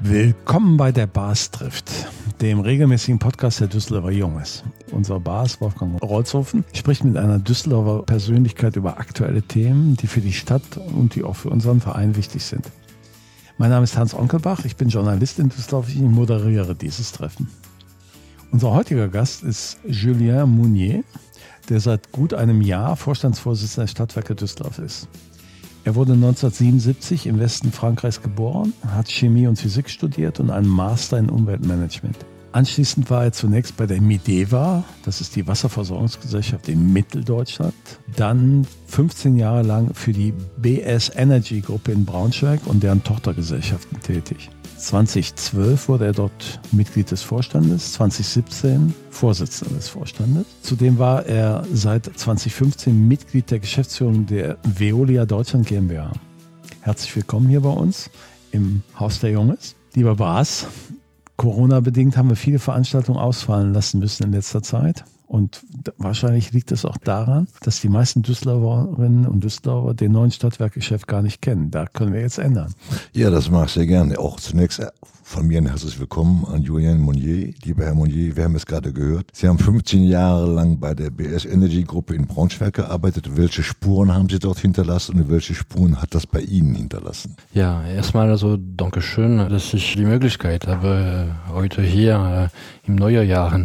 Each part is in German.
Willkommen bei der Bas trifft, dem regelmäßigen Podcast der Düsseldorfer Junges. Unser Bas, Wolfgang Rolzhofen, spricht mit einer Düsseldorfer Persönlichkeit über aktuelle Themen, die für die Stadt und die auch für unseren Verein wichtig sind. Mein Name ist Hans Onkelbach, ich bin Journalist in Düsseldorf, ich moderiere dieses Treffen. Unser heutiger Gast ist Julien Mounier, der seit gut einem Jahr Vorstandsvorsitzender der Stadtwerke Düsseldorf ist. Er wurde 1977 im Westen Frankreichs geboren, hat Chemie und Physik studiert und einen Master in Umweltmanagement. Anschließend war er zunächst bei der Mideva, das ist die Wasserversorgungsgesellschaft in Mitteldeutschland, dann 15 Jahre lang für die BS Energy Gruppe in Braunschweig und deren Tochtergesellschaften tätig. 2012 wurde er dort Mitglied des Vorstandes, 2017 Vorsitzender des Vorstandes. Zudem war er seit 2015 Mitglied der Geschäftsführung der Veolia Deutschland GmbH. Herzlich willkommen hier bei uns im Haus der Junges. Lieber Bas, Corona-bedingt haben wir viele Veranstaltungen ausfallen lassen müssen in letzter Zeit. Und wahrscheinlich liegt es auch daran, dass die meisten Düsseldorferinnen und Düsseldorfer den neuen Stadtwerkechef gar nicht kennen. Da können wir jetzt ändern. Ja, das mache ich sehr gerne. Auch zunächst von mir ein herzliches Willkommen an Julien Mounier. Lieber Herr Mounier, wir haben es gerade gehört. Sie haben 15 Jahre lang bei der BS Energy Gruppe in Braunschweig gearbeitet. Welche Spuren haben Sie dort hinterlassen und welche Spuren hat das bei Ihnen hinterlassen? Ja, erstmal also Dankeschön, dass ich die Möglichkeit habe, heute hier im Neujahr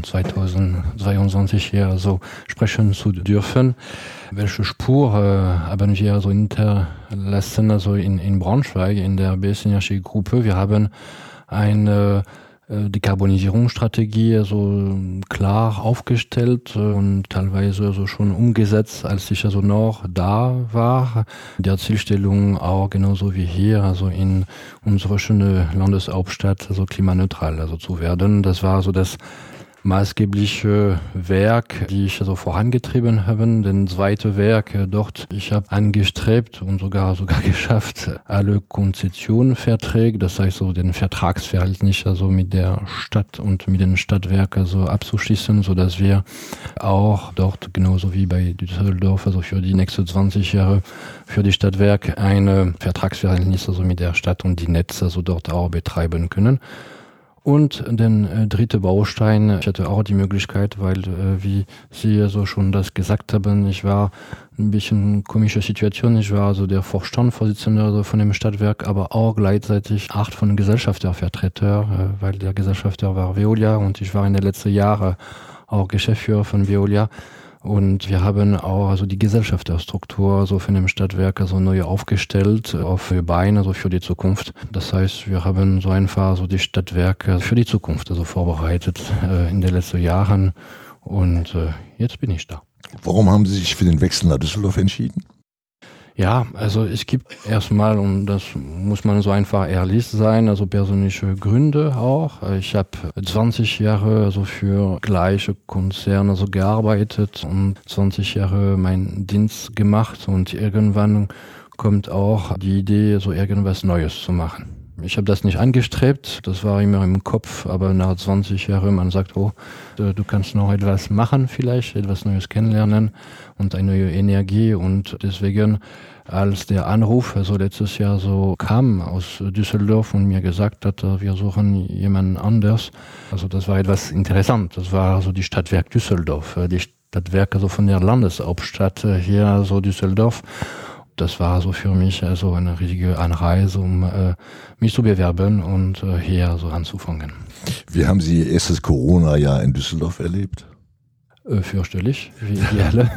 2022 hier so sprechen zu dürfen. Welche Spur haben wir so hinterlassen, also in Braunschweig, in der BS Energy Gruppe? Wir haben eine Dekarbonisierungsstrategie also klar aufgestellt und teilweise also schon umgesetzt, als ich also noch da war. Der Zielstellung auch genauso wie hier, also in unserer schönen Landeshauptstadt, also klimaneutral also zu werden. Das war so das maßgebliche Werk, die ich also vorangetrieben habe. Den zweite Werk dort, ich habe angestrebt und sogar geschafft, alle Konzessionverträge, das heißt so den Vertragsverhältnis also mit der Stadt und mit den Stadtwerken also abzuschließen, so dass wir auch dort genauso wie bei Düsseldorf also für die nächsten 20 Jahre für die Stadtwerke ein Vertragsverhältnis also mit der Stadt und die Netze also dort auch betreiben können. Und den dritte Baustein, ich hatte auch die Möglichkeit, weil wie Sie so schon das gesagt haben, ich war ein bisschen komische Situation, ich war also der Vorstandsvorsitzende also von dem Stadtwerk, aber auch gleichzeitig 8 von Gesellschaftervertreter, weil der Gesellschafter war Veolia und ich war in den letzten Jahren auch Geschäftsführer von Veolia. Und wir haben auch also die Gesellschafterstruktur so von dem Stadtwerk also neu aufgestellt auf Beine also für die Zukunft. Das heißt, wir haben so einfach so die Stadtwerke für die Zukunft also vorbereitet in den letzten Jahren und jetzt bin ich da. Warum haben Sie sich für den Wechsel nach Düsseldorf entschieden? Ja, also es gibt erstmal, und das muss man so einfach ehrlich sein, also persönliche Gründe auch. Ich habe 20 Jahre also für gleiche Konzerne also gearbeitet und 20 Jahre meinen Dienst gemacht und irgendwann kommt auch die Idee, so irgendwas Neues zu machen. Ich habe das nicht angestrebt, das war immer im Kopf, aber nach 20 Jahren, man sagt, oh, du kannst noch etwas machen vielleicht, etwas Neues kennenlernen und eine neue Energie und deswegen, als der Anruf also letztes Jahr so kam aus Düsseldorf und mir gesagt hat, wir suchen jemanden anders, also das war etwas interessant, das war also die Stadtwerk Düsseldorf, die Stadtwerke also von der Landeshauptstadt hier, also Düsseldorf. Das war so für mich also eine richtige Anreise, um mich zu bewerben und hier so anzufangen. Wie haben Sie Ihr erstes Corona-Jahr in Düsseldorf erlebt? Fürchterlich, wie alle.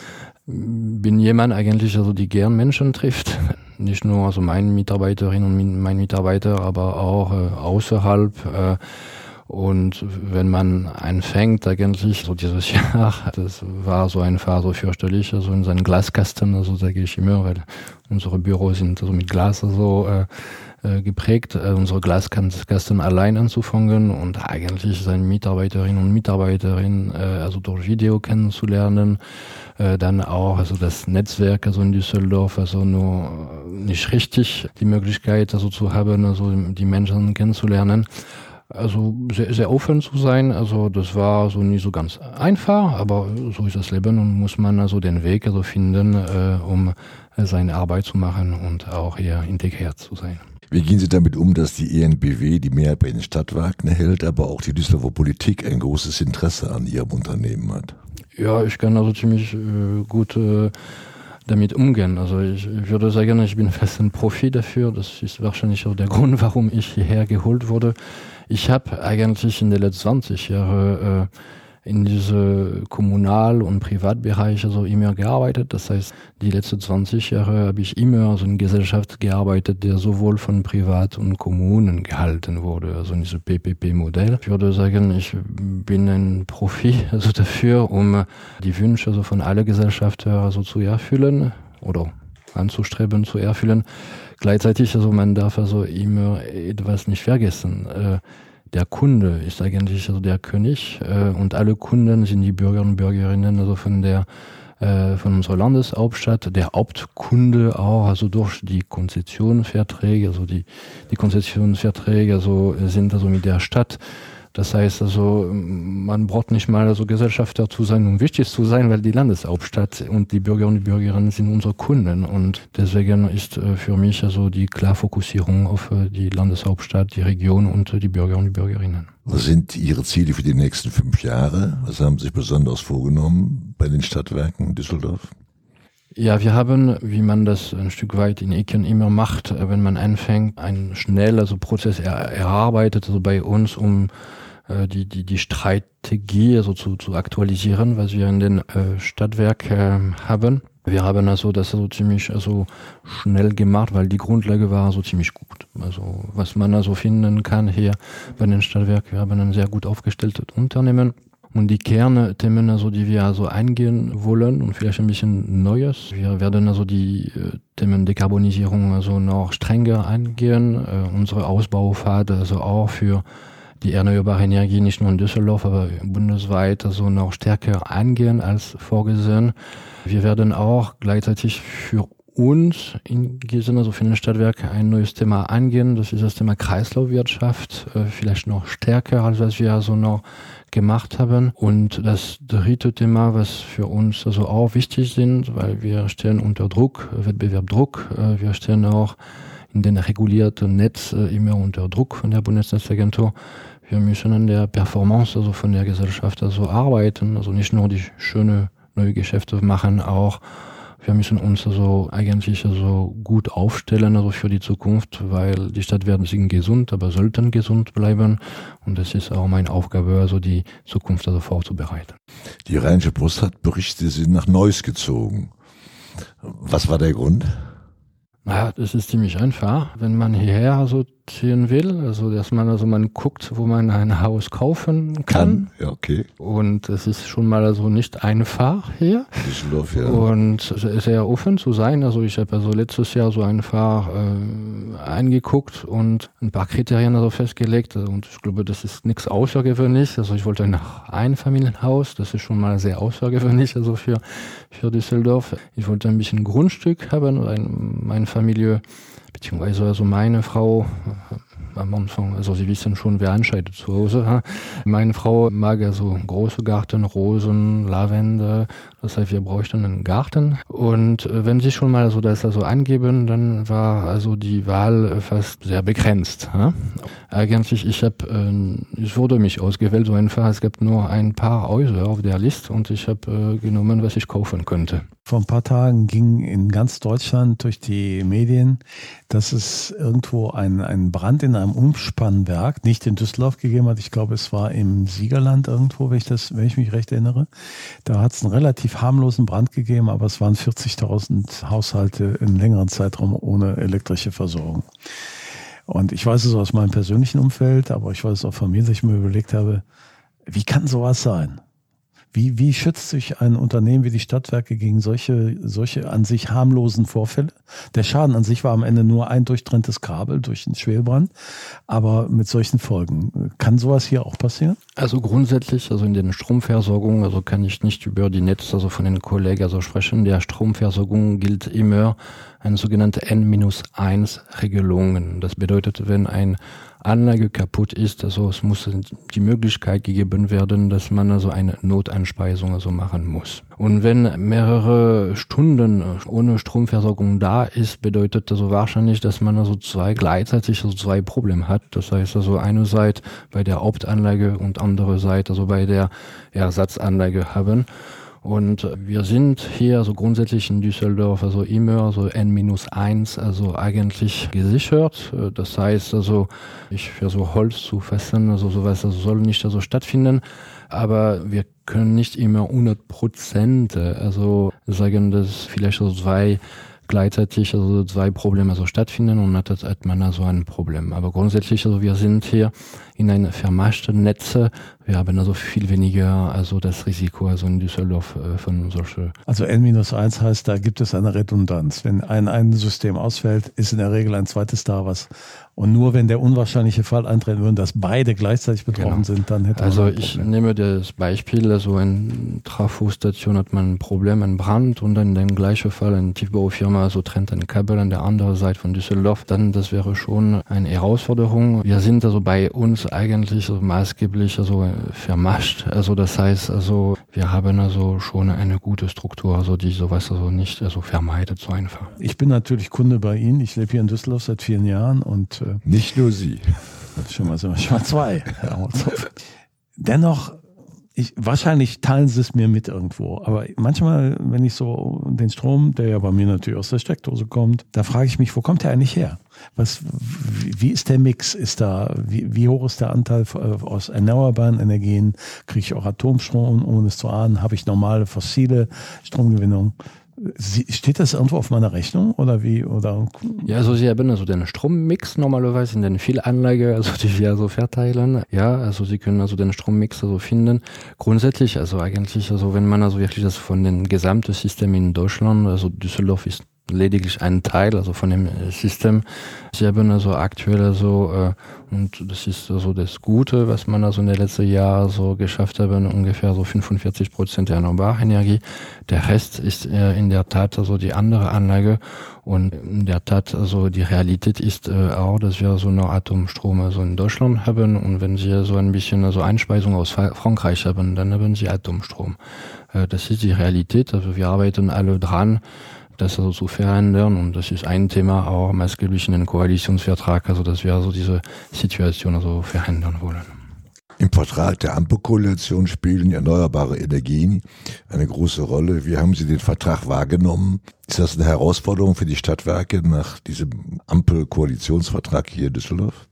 Bin jemand eigentlich, also die gern Menschen trifft. Nicht nur also meine Mitarbeiterinnen und mein Mitarbeiter, aber auch außerhalb. Und wenn man anfängt, eigentlich so dieses Jahr, das war so einfach so fürchterlich, also in seinen Glaskasten, also sage ich immer, weil unsere Büros sind also mit Glas so geprägt, unsere Glaskasten allein anzufangen und eigentlich seine Mitarbeiterinnen und Mitarbeiter also durch Video kennenzulernen, dann auch also das Netzwerk also in Düsseldorf, also nur nicht richtig die Möglichkeit also zu haben, also die Menschen kennenzulernen. Also sehr, sehr offen zu sein, also das war so nie so ganz einfach, aber so ist das Leben und muss man also den Weg also finden, um seine Arbeit zu machen und auch hier integriert zu sein. Wie gehen Sie damit um, dass die EnBW die Mehrheit bei den Stadtwerken hält, aber auch die Düsseldorfer Politik ein großes Interesse an ihrem Unternehmen hat? Ja, ich kann also ziemlich gut damit umgehen. Also ich würde sagen, ich bin fest ein Profi dafür. Das ist wahrscheinlich auch der Grund, warum ich hierher geholt wurde. Ich habe eigentlich in den letzten 20 Jahren in diese Kommunal- und Privatbereich also immer gearbeitet. Das heißt, die letzten 20 Jahre habe ich immer also in Gesellschaft gearbeitet, der sowohl von Privat- und Kommunen gehalten wurde, also in diesem PPP-Modell. Ich würde sagen, ich bin ein Profi also dafür, um die Wünsche also von allen Gesellschaften also zu erfüllen oder anzustreben, zu erfüllen. Gleichzeitig, also man darf also immer etwas nicht vergessen. Der Kunde ist eigentlich also der König und alle Kunden sind die Bürger und Bürgerinnen also von unserer Landeshauptstadt, der Hauptkunde auch, also durch die Konzessionsverträge, also die Konzessionsverträge also sind also mit der Stadt. Das heißt also, man braucht nicht mal also Gesellschafter zu sein, um wichtig zu sein, weil die Landeshauptstadt und die Bürger und die Bürgerinnen sind unsere Kunden. Und deswegen ist für mich also die Klarfokussierung auf die Landeshauptstadt, die Region und die Bürger und die Bürgerinnen. Was sind Ihre Ziele für die nächsten 5 Jahre? Was haben Sie sich besonders vorgenommen bei den Stadtwerken Düsseldorf? Ja, wir haben, wie man das ein Stück weit in Eken immer macht, wenn man anfängt, einen schnellen Prozess erarbeitet, also bei uns, um die Strategie also zu aktualisieren, was wir in den Stadtwerk haben. Wir haben also das also ziemlich schnell gemacht, weil die Grundlage war so ziemlich gut. Also was man also finden kann hier bei den Stadtwerken, wir haben ein sehr gut aufgestelltes Unternehmen. Und die Kernthemen, also die wir also eingehen wollen und vielleicht ein bisschen Neues. Wir werden also die Themen Dekarbonisierung also noch strenger eingehen. Unsere Ausbaupfade also auch für die erneuerbare Energie nicht nur in Düsseldorf, aber bundesweit also noch stärker eingehen als vorgesehen. Wir werden auch gleichzeitig für uns in Gießen, also für den Stadtwerk, ein neues Thema angehen. Das ist das Thema Kreislaufwirtschaft, vielleicht noch stärker, als was wir also noch gemacht haben. Und das dritte Thema, was für uns also auch wichtig sind, weil wir stehen unter Druck, Wettbewerbsdruck. Wir stehen auch in den regulierten Netz immer unter Druck von der Bundesnetzagentur. Wir müssen an der Performance also von der Gesellschaft also arbeiten, also nicht nur die schöne neue Geschäfte machen, auch wir müssen uns also eigentlich also gut aufstellen also für die Zukunft, weil die Stadtwerke sind gesund, aber sollten gesund bleiben. Und das ist auch meine Aufgabe, also die Zukunft also vorzubereiten. Die Rheinische Post hat berichtet, Sie sind nach Neuss gezogen. Was war der Grund? Naja, das ist ziemlich einfach. Wenn man hierher so ziehen will, also dass man man guckt, wo man ein Haus kaufen kann. Ja, okay. Und es ist schon mal also nicht einfach hier. Düsseldorf, ja. Und sehr offen zu sein. Also ich habe also letztes Jahr so einfach eingeguckt und ein paar Kriterien also festgelegt. Und ich glaube, das ist nichts Außergewöhnliches. Also ich wollte ein Einfamilienhaus. Das ist schon mal sehr außergewöhnlich also für Düsseldorf. Ich wollte ein bisschen Grundstück haben, meine Familie, beziehungsweise also meine Frau, am Anfang, also Sie wissen schon, wer entscheidet zu Hause. Meine Frau mag also große Garten, Rosen, Lavende. Das heißt, wir bräuchten einen Garten. Und wenn Sie schon mal also das also angeben, dann war also die Wahl fast sehr begrenzt. Eigentlich, ich wurde mich ausgewählt, so einfach. Es gab nur ein paar Häuser auf der Liste und ich habe genommen, was ich kaufen könnte. Vor ein paar Tagen ging in ganz Deutschland durch die Medien, dass es irgendwo einen Brand in einem Umspannwerk, nicht in Düsseldorf gegeben hat. Ich glaube, es war im Siegerland irgendwo, wenn ich mich recht erinnere. Da hat es einen relativ harmlosen Brand gegeben, aber es waren 40.000 Haushalte in längeren Zeitraum ohne elektrische Versorgung. Und ich weiß es aus meinem persönlichen Umfeld, aber ich weiß es auch von mir, dass ich mir überlegt habe, wie kann sowas sein? Wie schützt sich ein Unternehmen wie die Stadtwerke gegen solche an sich harmlosen Vorfälle? Der Schaden an sich war am Ende nur ein durchtrenntes Kabel durch einen Schwelbrand, aber mit solchen Folgen. Kann sowas hier auch passieren? Also grundsätzlich, also in den Stromversorgungen, also kann ich nicht über die Netze also von den Kollegen also sprechen. Der Stromversorgung gilt immer eine sogenannte N-1-Regelung. Das bedeutet, wenn ein Anlage kaputt ist, also es muss die Möglichkeit gegeben werden, dass man also eine Noteinspeisung also machen muss. Und wenn mehrere Stunden ohne Stromversorgung da ist, bedeutet das also wahrscheinlich, dass man also gleichzeitig zwei Probleme hat. Das heißt also einerseits bei der Hauptanlage und andererseits also bei der Ersatzanlage haben. Und wir sind hier also grundsätzlich in Düsseldorf also immer so N-1 also eigentlich gesichert. Das heißt also, ich versuche Holz zu fassen, also sowas also soll nicht also stattfinden. Aber wir können nicht immer 100% also sagen, dass vielleicht so gleichzeitig also zwei Probleme also stattfinden und dann hat man also ein Problem. Aber grundsätzlich also wir sind hier in einem vermaschten Netz. Wir haben also viel weniger also das Risiko also in Düsseldorf von solchen. Also N-1 heißt, da gibt es eine Redundanz. Wenn ein System ausfällt, ist in der Regel ein zweites da, was und nur wenn der unwahrscheinliche Fall eintreten würde, dass beide gleichzeitig betroffen sind, dann hätte man also ein Problem. Ich nehme das Beispiel, also in Trafostation hat man ein Problem, ein Brand und dann in dem gleichen Fall eine Tiefbaufirma also trennt ein Kabel an der anderen Seite von Düsseldorf, dann das wäre schon eine Herausforderung. Wir sind also bei uns eigentlich so maßgeblich also vermascht, also das heißt also wir haben also schon eine gute Struktur, also die sowas also nicht also vermeidet so einfach. Ich bin natürlich Kunde bei Ihnen, ich lebe hier in Düsseldorf seit 4 Jahren und nicht nur Sie. Schon mal zwei. Dennoch, wahrscheinlich teilen sie es mir mit irgendwo, aber manchmal, wenn ich so den Strom, der ja bei mir natürlich aus der Steckdose kommt, da frage ich mich, wo kommt der eigentlich her? Wie ist der Mix? Wie hoch ist der Anteil aus erneuerbaren Energien? Kriege ich auch Atomstrom, ohne es zu ahnen? Habe ich normale fossile Stromgewinnung? Steht das irgendwo auf meiner Rechnung oder wie? Oder? Ja, also Sie haben also den Strommix normalerweise in den Vielanlage, also die wir so verteilen. Ja, also Sie können also den Strommix also finden. Grundsätzlich, also eigentlich, also wenn man also wirklich das von den gesamten Systemen in Deutschland, also Düsseldorf ist lediglich ein Teil also von dem System. Sie haben also aktuell also und das ist also das Gute, was man also in den letzten Jahren so geschafft haben, ungefähr so 45% der erneuerbaren Energie. Der Rest ist in der Tat also die andere Anlage und in der Tat also die Realität ist auch, dass wir so noch Atomstrom also in Deutschland haben und wenn Sie so ein bisschen also Einspeisung aus Frankreich haben, dann haben Sie Atomstrom. Das ist die Realität, also wir arbeiten alle dran, das also zu verändern und das ist ein Thema auch maßgeblich in den Koalitionsvertrag, also dass wir also diese Situation also verändern wollen. Im Vertrag der Ampelkoalition spielen erneuerbare Energien eine große Rolle. Wie haben Sie den Vertrag wahrgenommen? Ist das eine Herausforderung für die Stadtwerke nach diesem Ampelkoalitionsvertrag hier in Düsseldorf?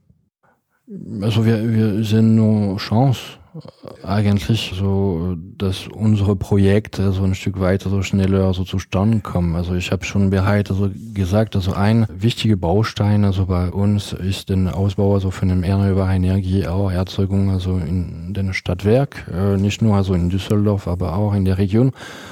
Also wir sehen nur Chance. Eigentlich so, dass unsere Projekte so ein Stück weiter so schneller so zustande kommen. Also ich habe schon bereits also gesagt, also ein wichtiger Baustein also bei uns ist der Ausbau also von der erneuerbaren Energie, auch Erzeugung also in den Stadtwerk, nicht nur also in Düsseldorf, aber auch in der Region.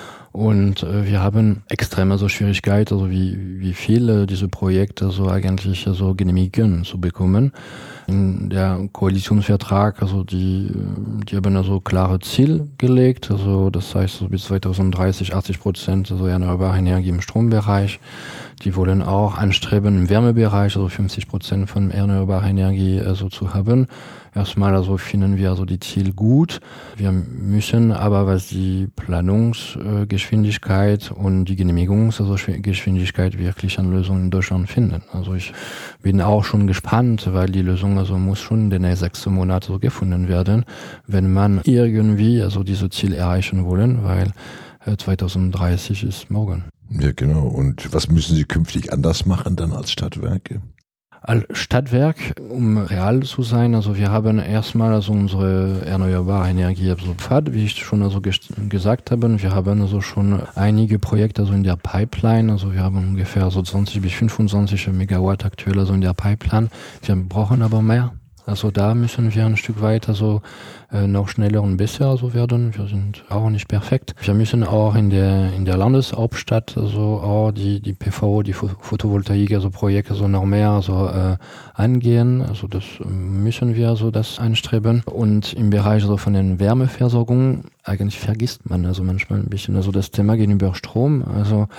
Und wir haben extreme so Schwierigkeiten, also wie viele diese Projekte so eigentlich so genehmigen zu bekommen. In der Koalitionsvertrag, also die haben also klare Ziel gelegt, also das heißt so bis 2030 80% also erneuerbare Energie im Strombereich. Die wollen auch anstreben im Wärmebereich, also 50% von erneuerbarer Energie also zu haben. Erstmal also finden wir also die Ziel gut. Wir müssen aber, was die Planungsgeschwindigkeit und die Genehmigungsgeschwindigkeit wirklich an Lösungen in Deutschland finden. Also ich bin auch schon gespannt, weil die Lösung also muss schon in den nächsten 6 Monaten so gefunden werden, wenn man irgendwie also diese Ziel erreichen wollen, weil 2030 ist morgen. Ja, genau. Und was müssen Sie künftig anders machen dann als Stadtwerke? Als Stadtwerk, um real zu sein, also wir haben erstmal also unsere erneuerbare Energie also Pfad, wie ich schon also gesagt habe. Wir haben also schon einige Projekte also in der Pipeline, also wir haben ungefähr so 20 bis 25 Megawatt aktuell also in der Pipeline. Wir brauchen aber mehr. Also da müssen wir ein Stück weit also noch schneller und besser also werden. Wir sind auch nicht perfekt. Wir müssen auch in der Landeshauptstadt also auch die PV, die Photovoltaik also Projekte so noch mehr also angehen. Also das müssen wir so das anstreben. Und im Bereich also von den Wärmeversorgung eigentlich vergisst man also manchmal ein bisschen also das Thema gegenüber Strom. Also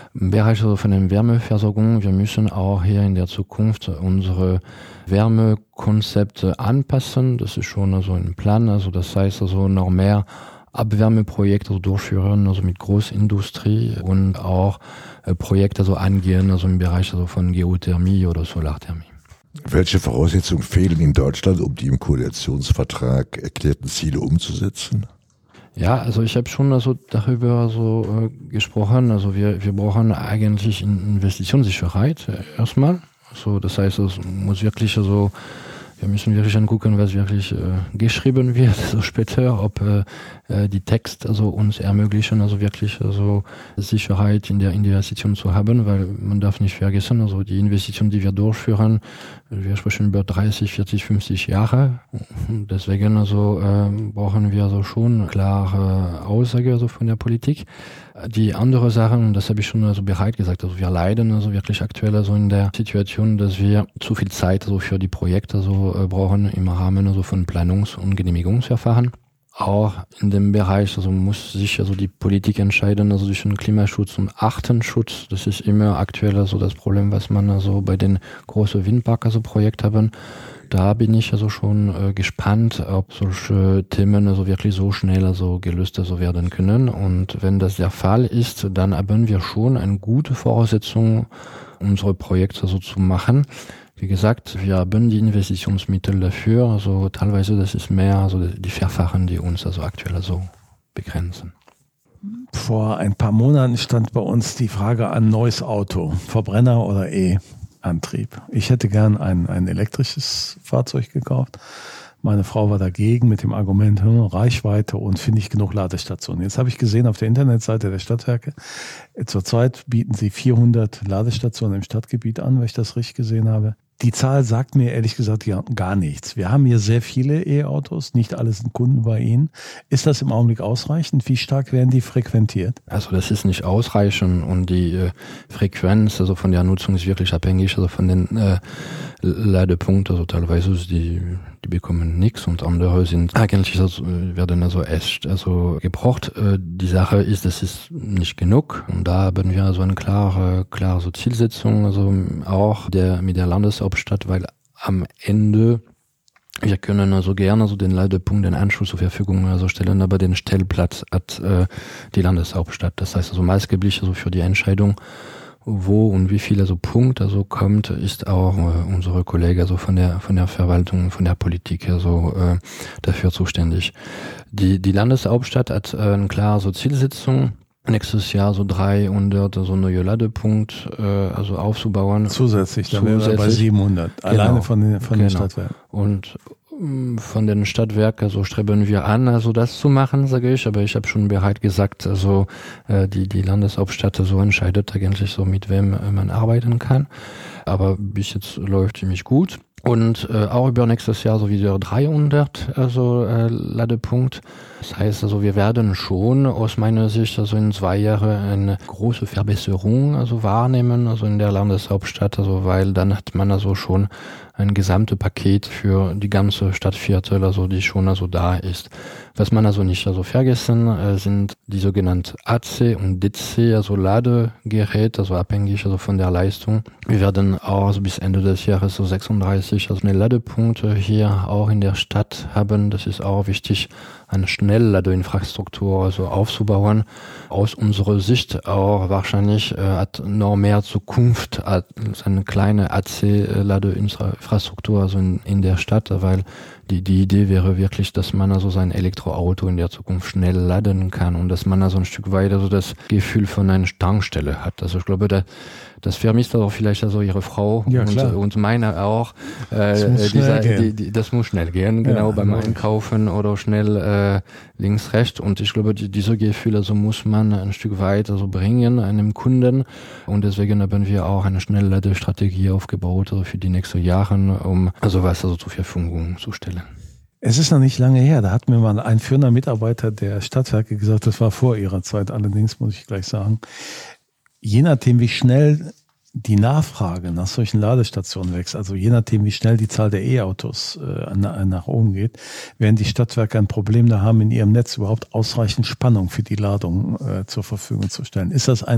Im Bereich also von der Wärmeversorgung, wir müssen auch hier in der Zukunft unsere Wärmekonzepte anpassen. Das ist schon also ein Plan. Also das heißt also noch mehr Abwärmeprojekte also durchführen, also mit Großindustrie und auch Projekte also angehen, also im Bereich also von Geothermie oder Solarthermie. Welche Voraussetzungen fehlen in Deutschland, um die im Koalitionsvertrag erklärten Ziele umzusetzen? Ja, also ich habe schon also darüber so gesprochen. Also wir brauchen eigentlich Investitionssicherheit erstmal. So, das heißt, es muss wirklich also wir müssen wirklich angucken, was wirklich geschrieben wird, so später, ob die Texte also uns ermöglichen, also wirklich also Sicherheit in der Investition zu haben, weil man darf nicht vergessen, also die Investitionen, die wir durchführen, wir sprechen über 30, 40, 50 Jahre. Deswegen also brauchen wir also schon klare Aussage also von der Politik. Die andere Sachen, das habe ich schon also bereit gesagt, also wir leiden also wirklich aktuell also in der Situation, dass wir zu viel Zeit also für die Projekte so brauchen im Rahmen also von Planungs- und Genehmigungsverfahren. Auch in dem Bereich also muss sich also die Politik entscheiden, also zwischen Klimaschutz und Artenschutz. Das ist immer aktuell also das Problem, was man also bei den großen Windpark also Projekt haben. Da bin ich also schon gespannt, ob solche Themen also wirklich so schnell also gelöst also werden können. Und wenn das der Fall ist, dann haben wir schon eine gute Voraussetzung, unsere Projekte also zu machen. Wie gesagt, wir haben die Investitionsmittel dafür, also teilweise das ist mehr also die Verfahren, die uns also aktuell also begrenzen. Vor ein paar Monaten stand bei uns die Frage an neues Auto, Verbrenner oder E-Antrieb. Ich hätte gern ein elektrisches Fahrzeug gekauft. Meine Frau war dagegen mit dem Argument, Reichweite und finde ich genug Ladestationen. Jetzt habe ich gesehen auf der Internetseite der Stadtwerke, zurzeit bieten sie 400 Ladestationen im Stadtgebiet an, wenn ich das richtig gesehen habe. Die Zahl sagt mir ehrlich gesagt ja gar nichts. Wir haben hier sehr viele E-Autos, nicht alle sind Kunden bei Ihnen. Ist das im Augenblick ausreichend? Wie stark werden die frequentiert? Also das ist nicht ausreichend und die Frequenz also von der Nutzung ist wirklich abhängig also von den Ladepunkten. Also teilweise die bekommen nichts und andere sind eigentlich also, werden also echt also gebraucht. Die Sache ist, das ist nicht genug und da haben wir also eine klare so Zielsetzung also auch mit der Landeshauptstadt, weil am Ende wir können also gerne also den Ladepunkt, den Anschluss zur Verfügung also stellen, aber den Stellplatz hat die Landeshauptstadt. Das heißt also maßgeblich also für die Entscheidung, wo und wie viel also Punkt also kommt, ist auch unsere Kollege also von der Verwaltung, von der Politik also dafür zuständig. Die Landeshauptstadt hat eine klare so Zielsetzung. Nächstes Jahr so 300 so neue Ladepunkte also aufzubauen. Zusätzlich, da wären wir bei 700, alleine von den Stadtwerken. Und von den Stadtwerken also streben wir an, also das zu machen, sage ich, aber ich habe schon bereit gesagt, also die Landeshauptstadt so entscheidet eigentlich so, mit wem man arbeiten kann. Aber bis jetzt läuft ziemlich gut. Und auch über nächstes Jahr so wieder 300 also Ladepunkt. Das heißt also, wir werden schon aus meiner Sicht also in 2 Jahren eine große Verbesserung also wahrnehmen, also in der Landeshauptstadt, also weil dann hat man also schon ein gesamtes Paket für die ganze Stadtviertel, also die schon also da ist. Was man also nicht also vergessen, sind die sogenannten AC und DC, also Ladegeräte, also abhängig also von der Leistung. Wir werden auch also bis Ende des Jahres so 36 also eine Ladepunkte hier auch in der Stadt haben. Das ist auch wichtig, eine Schnellladeinfrastruktur also aufzubauen. Aus unserer Sicht auch wahrscheinlich hat noch mehr Zukunft als eine kleine AC-Ladeinfrastruktur also in der Stadt, weil die Idee wäre wirklich, dass man also sein Elektroauto in der Zukunft schnell laden kann und dass man also ein Stück weit also das Gefühl von einer Tankstelle hat. Also ich glaube, das vermisst auch vielleicht also Ihre Frau und meine auch. Das muss schnell gehen, genau, beim Einkaufen oder schnell links, rechts. Und ich glaube, diese Gefühle also muss man ein Stück weit also bringen einem Kunden. Und deswegen haben wir auch eine Schnellladestrategie aufgebaut also für die nächsten Jahre, um also was also zur Verfügung zu stellen. Es ist noch nicht lange her, da hat mir mal ein führender Mitarbeiter der Stadtwerke gesagt, das war vor ihrer Zeit allerdings, muss ich gleich sagen, je nachdem wie schnell die Nachfrage nach solchen Ladestationen wächst, also je nachdem, wie schnell die Zahl der E-Autos nach oben geht, werden die Stadtwerke ein Problem da haben, in ihrem Netz überhaupt ausreichend Spannung für die Ladung zur Verfügung zu stellen. Ist das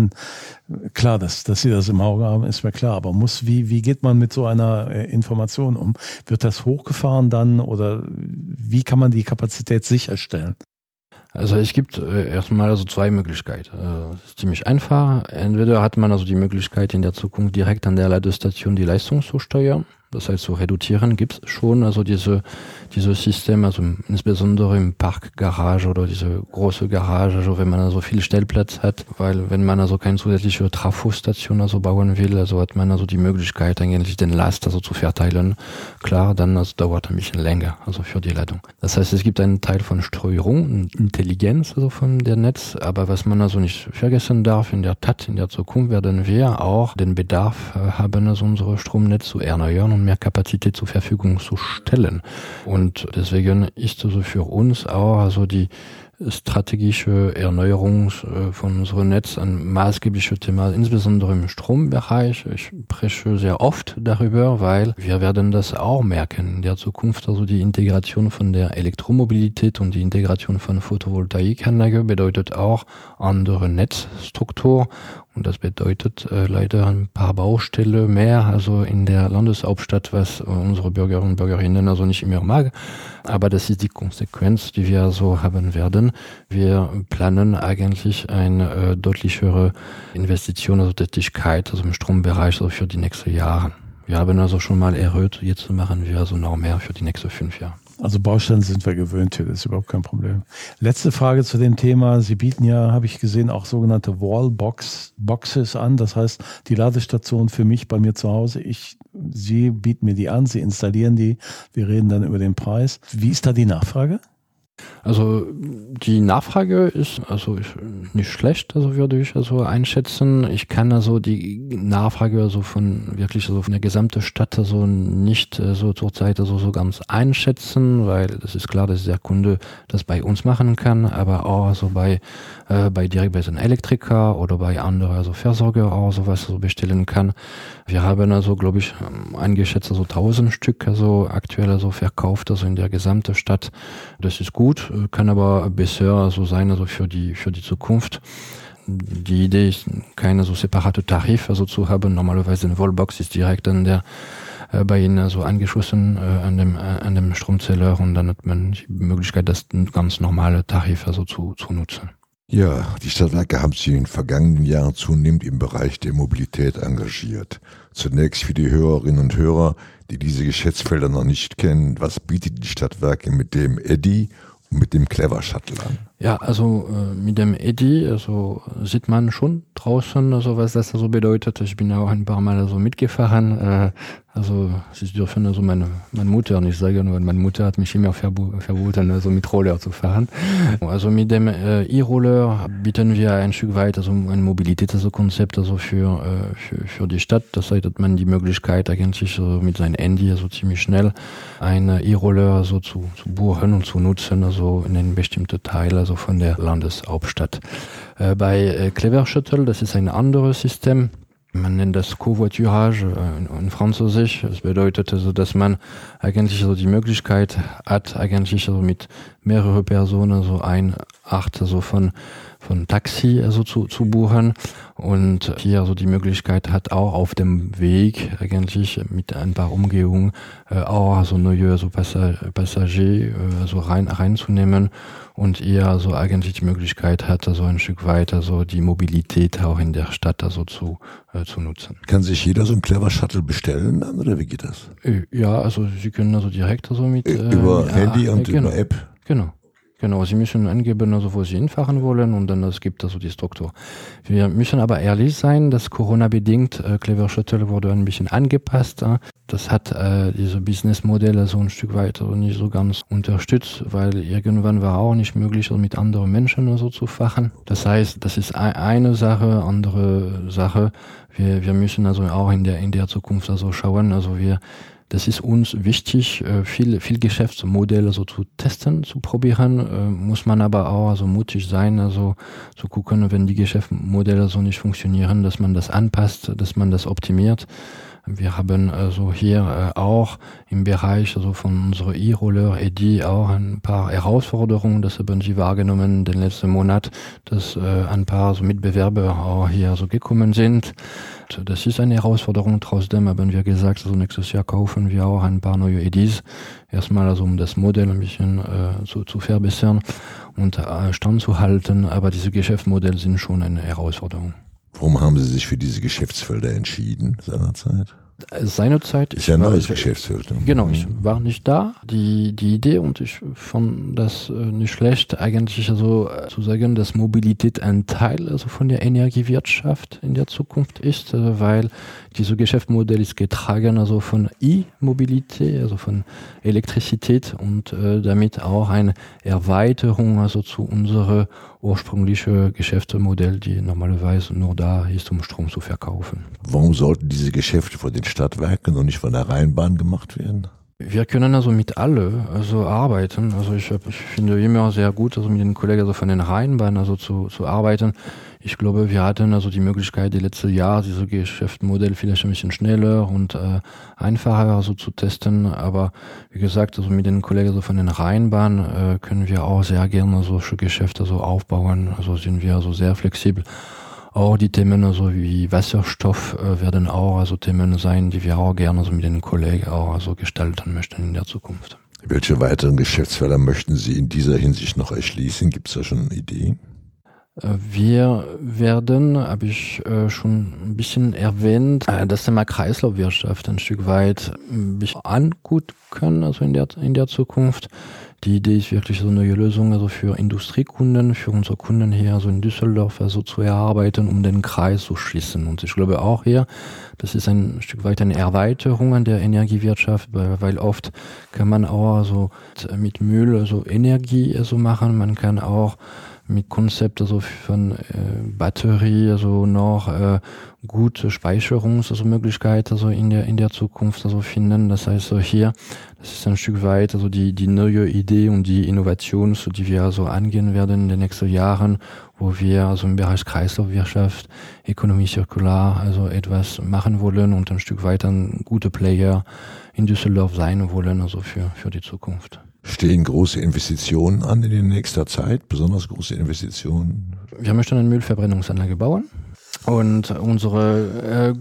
klar, dass Sie das im Auge haben, ist mir klar, aber wie geht man mit so einer Information um? Wird das hochgefahren dann oder wie kann man die Kapazität sicherstellen? Also es gibt erstmal also zwei Möglichkeiten. Das ist ziemlich einfach. Entweder hat man also die Möglichkeit in der Zukunft direkt an der Ladestation die Leistung zu steuern. Das heißt, zu reduzieren gibt's schon, also diese Systeme, also insbesondere im Parkgarage oder diese große Garage, also wenn man also viel Stellplatz hat, weil wenn man also keine zusätzliche Trafostation also bauen will, also hat man also die Möglichkeit eigentlich den Last also zu verteilen. Klar, dann also dauert ein bisschen länger, also für die Ladung. Das heißt, es gibt einen Teil von Steuerung und Intelligenz also von der Netz, aber was man also nicht vergessen darf, in der Tat, in der Zukunft werden wir auch den Bedarf haben, also unsere Stromnetz zu erneuern und mehr Kapazität zur Verfügung zu stellen. Und deswegen ist also für uns auch also die strategische Erneuerung von unserem Netz ein maßgebliches Thema, insbesondere im Strombereich. Ich spreche sehr oft darüber, weil wir werden das auch merken in der Zukunft. Also die Integration von der Elektromobilität und die Integration von Photovoltaikanlage bedeutet auch andere Netzstruktur. Und das bedeutet leider ein paar Baustellen mehr, also in der Landeshauptstadt, was unsere Bürger und Bürgerinnen also nicht immer mag. Aber das ist die Konsequenz, die wir so haben werden. Wir planen eigentlich eine deutlichere Investition, also Tätigkeit, also im Strombereich, also für die nächsten Jahre. Wir haben also schon mal erhöht, jetzt machen wir also noch mehr für die nächsten 5 Jahre. Also Baustellen sind wir gewöhnt hier, das ist überhaupt kein Problem. Letzte Frage zu dem Thema. Sie bieten ja, habe ich gesehen, auch sogenannte Wallboxes an. Das heißt, die Ladestation für mich bei mir zu Hause. Sie bieten mir die an, Sie installieren die. Wir reden dann über den Preis. Wie ist da die Nachfrage? Also die Nachfrage ist also nicht schlecht, also würde ich also einschätzen. Ich kann also die Nachfrage also von der gesamten Stadt also nicht so zurzeit also so ganz einschätzen, weil das ist klar, dass der Kunde das bei uns machen kann, aber auch also direkt bei so einem Elektriker oder bei anderen also Versorger auch sowas so bestellen kann. Wir haben also, glaube ich, eingeschätzt also 1000 Stück also aktuell also verkauft, also in der gesamten Stadt. Das ist gut, kann aber besser so sein also für die Zukunft. Die Idee ist, keine so separate Tarif also zu haben. Normalerweise eine Wallbox ist direkt bei Ihnen also angeschlossen an dem Stromzähler und dann hat man die Möglichkeit, das ganz normale Tarif also zu nutzen. Ja, die Stadtwerke haben sich in den vergangenen Jahren zunehmend im Bereich der Mobilität engagiert. Zunächst für die Hörerinnen und Hörer, die diese Geschäftsfelder noch nicht kennen, was bietet die Stadtwerke mit dem Eddy und mit dem Clever Shuttle an? Ja, also mit dem Eddy, also sieht man schon draußen, also was das also bedeutet. Ich bin auch ein paar Mal also mitgefahren. Also Sie dürfen also meine Mutter nicht sagen, weil meine Mutter hat mich immer verboten, also mit Roller zu fahren. Also mit dem E-Roller bieten wir ein Stück weit also ein Mobilitätskonzept also für die Stadt. Das heißt, hat man die Möglichkeit eigentlich so mit seinem Handy also ziemlich schnell einen E-Roller also zu buchen und zu nutzen, also in einem bestimmten Teil also von der Landeshauptstadt. Bei Clever Shuttle, das ist ein anderes System. Man nennt das Covoiturage in Französisch. Das bedeutet also, dass man eigentlich so die Möglichkeit hat, eigentlich so mit mehreren Personen so eine Art also von Taxi also zu buchen und hier also die Möglichkeit hat auch auf dem Weg eigentlich mit ein paar Umgehungen auch also neue so Passagier also reinzunehmen und eher also eigentlich die Möglichkeit hat also ein Stück weit also die Mobilität auch in der Stadt also zu nutzen. Kann sich jeder so ein Clever Shuttle bestellen dann, oder wie geht das? Ja, also Sie können also direkt also mit über Handy und über App. Genau, Sie müssen angeben, also wo Sie hinfahren wollen und dann es gibt also die Struktur. Wir müssen aber ehrlich sein, dass Corona-bedingt Clever Shuttle wurde ein bisschen angepasst. Das hat diese Businessmodelle so ein Stück weit also nicht so ganz unterstützt, weil irgendwann war auch nicht möglich, also mit anderen Menschen also zu fahren. Das heißt, das ist eine Sache, andere Sache. Wir müssen also auch in der Zukunft also schauen, also wir das ist uns wichtig, viel Geschäftsmodelle also zu testen, zu probieren, muss man aber auch also mutig sein, also zu gucken, wenn die Geschäftsmodelle so nicht funktionieren, dass man das anpasst, dass man das optimiert. Wir haben also hier auch im Bereich also von unserer E-Roller ED auch ein paar Herausforderungen, das haben Sie wahrgenommen den letzten Monat, dass ein paar so Mitbewerber auch hier so gekommen sind. Das ist eine Herausforderung. Trotzdem haben wir gesagt, also nächstes Jahr kaufen wir auch ein paar neue EDs. Erstmal also um das Modell ein bisschen zu verbessern und standzuhalten. Aber diese Geschäftsmodelle sind schon eine Herausforderung. Warum haben Sie sich für diese Geschäftsfelder entschieden seinerzeit? Seinerzeit. Ist ja ein neues Geschäftsfeld. Genau, ich war nicht da. Die Idee, und ich fand das nicht schlecht, eigentlich also zu sagen, dass Mobilität ein Teil also von der Energiewirtschaft in der Zukunft ist, weil dieses Geschäftsmodell ist getragen also von E-Mobilität, also von Elektrizität und damit auch eine Erweiterung also zu unserem ursprünglichen Geschäftsmodell, die normalerweise nur da ist, um Strom zu verkaufen. Warum sollten diese Geschäfte von den Stadtwerken und nicht von der Rheinbahn gemacht werden? Wir können also mit alle also arbeiten. Also ich finde immer sehr gut, also mit den Kollegen also von den Rheinbahn also zu arbeiten. Ich glaube, wir hatten also die Möglichkeit, die letzten Jahre dieses Geschäftsmodell vielleicht ein bisschen schneller und einfacher also zu testen. Aber wie gesagt, also mit den Kollegen also von den Rheinbahn können wir auch sehr gerne solche Geschäfte so aufbauen. Also sind wir also sehr flexibel. Auch die Themen also wie Wasserstoff werden auch also Themen sein, die wir auch gerne also mit den Kollegen auch also gestalten möchten in der Zukunft. Welche weiteren Geschäftsfelder möchten Sie in dieser Hinsicht noch erschließen? Gibt es da schon Ideen? Wir werden, habe ich schon ein bisschen erwähnt, das Thema Kreislaufwirtschaft ein Stück weit ein bisschen angucken können, also in der Zukunft. Die Idee ist wirklich so eine neue Lösung also für Industriekunden, für unsere Kunden hier also in Düsseldorf also zu erarbeiten, um den Kreis zu schließen. Und ich glaube auch hier, das ist ein Stück weit eine Erweiterung an der Energiewirtschaft, weil oft kann man auch also mit Müll also Energie also machen, man kann auch mit Konzept also von Batterie also noch gute Speicherungsmöglichkeit also in der Zukunft also finden. Das heißt so hier, das ist ein Stück weit also die neue Idee und die Innovation, so die wir also angehen werden in den nächsten Jahren, wo wir also im Bereich Kreislaufwirtschaft, Ökonomie zirkular also etwas machen wollen und ein Stück weit ein guter Player in Düsseldorf sein wollen also für die Zukunft. Stehen große Investitionen an in nächster Zeit, besonders große Investitionen? Wir möchten eine Müllverbrennungsanlage bauen. Und unsere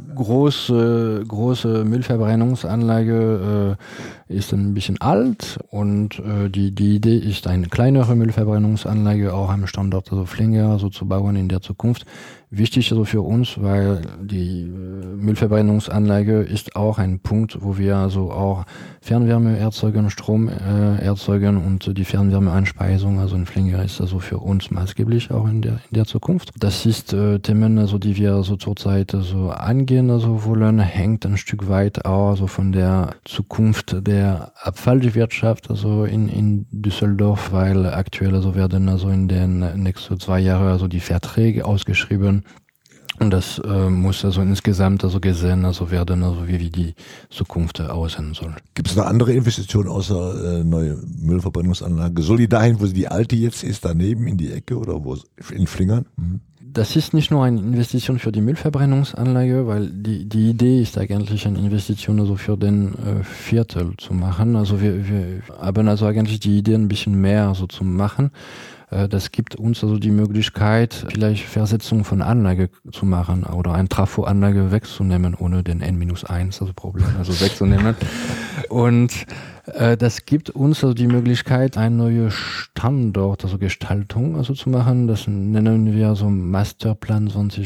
große Müllverbrennungsanlage ist ein bisschen alt und die Idee ist, eine kleinere Müllverbrennungsanlage auch am Standort also Flingern so zu bauen in der Zukunft. Wichtig also für uns, weil die Müllverbrennungsanlage ist auch ein Punkt, wo wir also auch Fernwärme erzeugen, Strom erzeugen und die Fernwärmeeinspeisung also in Flingern ist also für uns maßgeblich auch in der Zukunft. Das ist Themen also die wir so zurzeit so angehen also wollen, hängt ein Stück weit auch also von der Zukunft der Abfallwirtschaft also in Düsseldorf, weil aktuell also werden also in den nächsten 2 Jahren also die Verträge ausgeschrieben. Und das muss also insgesamt also gesehen also werden, also wie die Zukunft aussehen soll. Gibt es noch andere Investitionen außer neue Müllverbrennungsanlage? Soll die dahin, wo die alte jetzt ist, daneben in die Ecke oder wo in Flingern? Mhm. Das ist nicht nur eine Investition für die Müllverbrennungsanlage, weil die Idee ist eigentlich eine Investition also für den Viertel zu machen. Also wir haben also eigentlich die Idee ein bisschen mehr so zu machen. Das gibt uns also die Möglichkeit, vielleicht Versetzung von Anlage zu machen oder eine Trafo-Anlage wegzunehmen, ohne den N-1 also Problem, also wegzunehmen. Und das gibt uns also die Möglichkeit, eine neue Standort, also Gestaltung also zu machen. Das nennen wir so Masterplan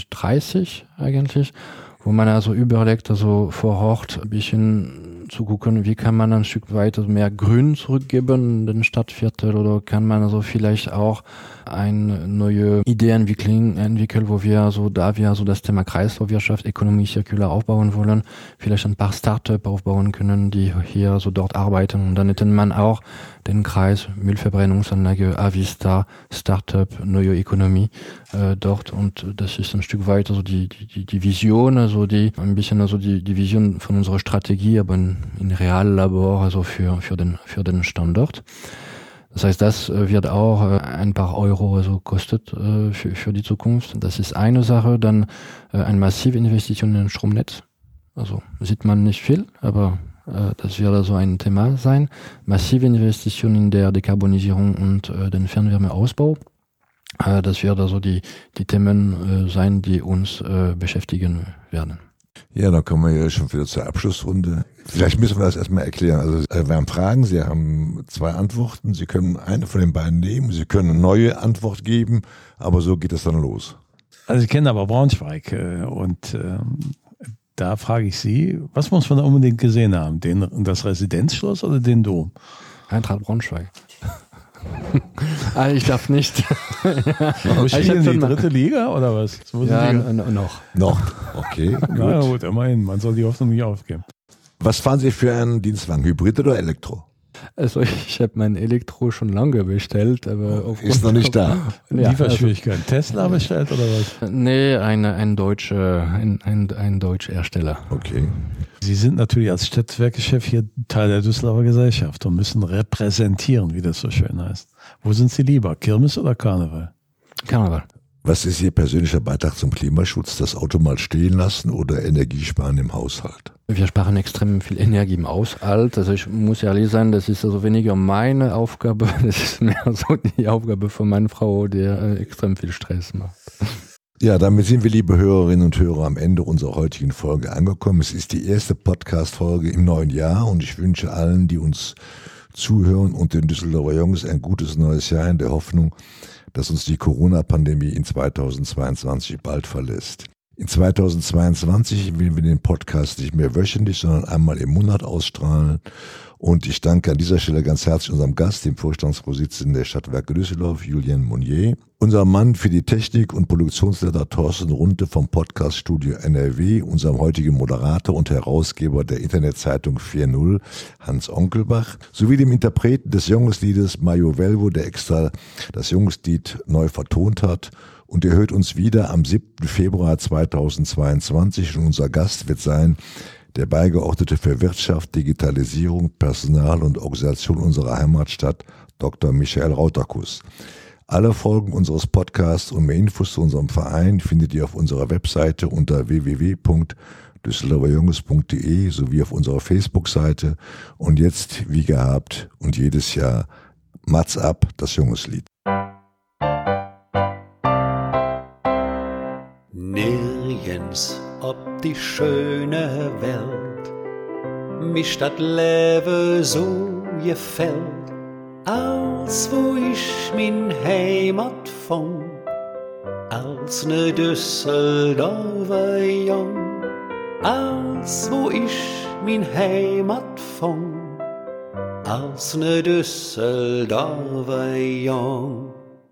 2030 eigentlich, wo man also überlegt, also vor Ort ein bisschen zu gucken, wie kann man ein Stück weit mehr Grün zurückgeben in den Stadtviertel oder kann man also vielleicht auch eine neue Idee entwickeln, wo wir also, da wir also das Thema Kreislaufwirtschaft, Ökonomie zirkular aufbauen wollen, vielleicht ein paar Startups aufbauen können, die hier so dort arbeiten und dann hätte man auch den Kreis Müllverbrennungsanlage, Avista, Startup, neue Ökonomie dort und das ist ein Stück weit also die Vision, also die ein bisschen also die Vision von unserer Strategie, aber in Reallabor, also für den Standort. Das heißt, das wird auch ein paar Euro also kostet für die Zukunft. Das ist eine Sache. Dann eine massive Investition in ein Stromnetz. Also sieht man nicht viel, aber das wird also ein Thema sein. Massive Investition in der Dekarbonisierung und den Fernwärmeausbau. Das wird also die Themen sein, die uns beschäftigen werden. Ja, dann kommen wir ja schon wieder zur Abschlussrunde. Vielleicht müssen wir das erstmal erklären. Also wir haben Fragen, Sie haben 2 Antworten. Sie können eine von den beiden nehmen, Sie können eine neue Antwort geben, aber so geht es dann los. Also ich kenne aber Braunschweig und da frage ich Sie, was muss man da unbedingt gesehen haben? Das Residenzschloss oder den Dom? Eintracht Braunschweig. Ich darf nicht. Wo spielen die 3. Liga oder was? Ja, noch. Noch, okay. Na gut, immerhin, man soll die Hoffnung nicht aufgeben. Was fahren Sie für einen Dienstwagen, Hybrid oder Elektro? Also ich habe mein Elektro schon lange bestellt, aber ist noch nicht da. Lieferschwierigkeiten. Tesla bestellt oder was? Nee, ein deutscher Hersteller. Okay. Sie sind natürlich als Stadtwerkechef hier Teil der Düsseldorfer Gesellschaft und müssen repräsentieren, wie das so schön heißt. Wo sind Sie lieber, Kirmes oder Karneval? Karneval. Was ist Ihr persönlicher Beitrag zum Klimaschutz? Das Auto mal stehen lassen oder Energiesparen im Haushalt? Wir sparen extrem viel Energie im Haushalt. Also ich muss ehrlich sein, das ist also weniger meine Aufgabe, das ist mehr so die Aufgabe von meiner Frau, die extrem viel Stress macht. Ja, damit sind wir, liebe Hörerinnen und Hörer, am Ende unserer heutigen Folge angekommen. Es ist die erste Podcast-Folge im neuen Jahr und ich wünsche allen, die uns zuhören und den Düsseldorfer Jungs ein gutes neues Jahr in der Hoffnung, dass uns die Corona-Pandemie in 2022 bald verlässt. In 2022 werden wir den Podcast nicht mehr wöchentlich, sondern einmal im Monat ausstrahlen. Und ich danke an dieser Stelle ganz herzlich unserem Gast, dem Vorstandsvorsitzenden der Stadtwerke Düsseldorf, Julien Monnier, unserem Mann für die Technik und Produktionsleiter Thorsten Runte vom Podcaststudio NRW, unserem heutigen Moderator und Herausgeber der Internetzeitung 4.0, Hans Onkelbach, sowie dem Interpreten des Jungesliedes Mario Velvo, der extra das Jungeslied neu vertont hat. Und ihr hört uns wieder am 7. Februar 2022 und unser Gast wird sein der Beigeordnete für Wirtschaft, Digitalisierung, Personal und Organisation unserer Heimatstadt, Dr. Michael Rauterkus. Alle Folgen unseres Podcasts und mehr Infos zu unserem Verein findet ihr auf unserer Webseite unter www.düsseldorferjunges.de sowie auf unserer Facebook-Seite. Und jetzt, wie gehabt und jedes Jahr, Mats ab, das Jungeslied. Nirgends ob die schöne Welt mich dat Leben so gefällt, als wo ich min Heimat fand, als ne Düsseldorfer Jung, als wo ich min Heimat fand, als ne Düsseldorfer Jung.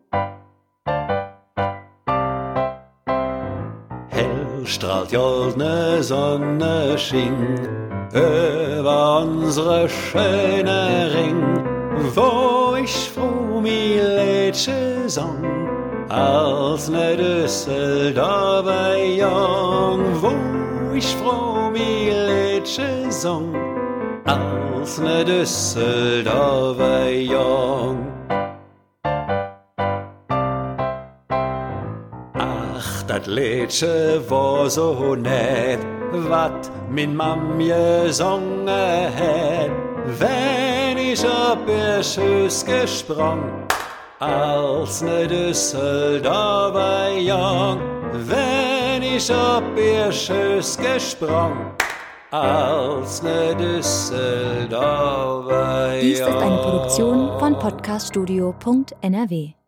Strahlt goldne Sonne schien über unsere schöne Ring, wo ich froh mi Lädsche sang, als ne Düsseldorfer Jung, wo ich froh mi Lädsche sang, als ne Düsseldorfer Jung. Dat Lädsche war so nett, wat min Mam gesungen hätt, wenn ich ob ihr Schüss gesprung, als ne Düsseldorfer Jung, wenn ich ob ihr Schüss gesprung, als ne Düsseldorfer Jung. Dies ist eine Produktion von podcaststudio.nrw.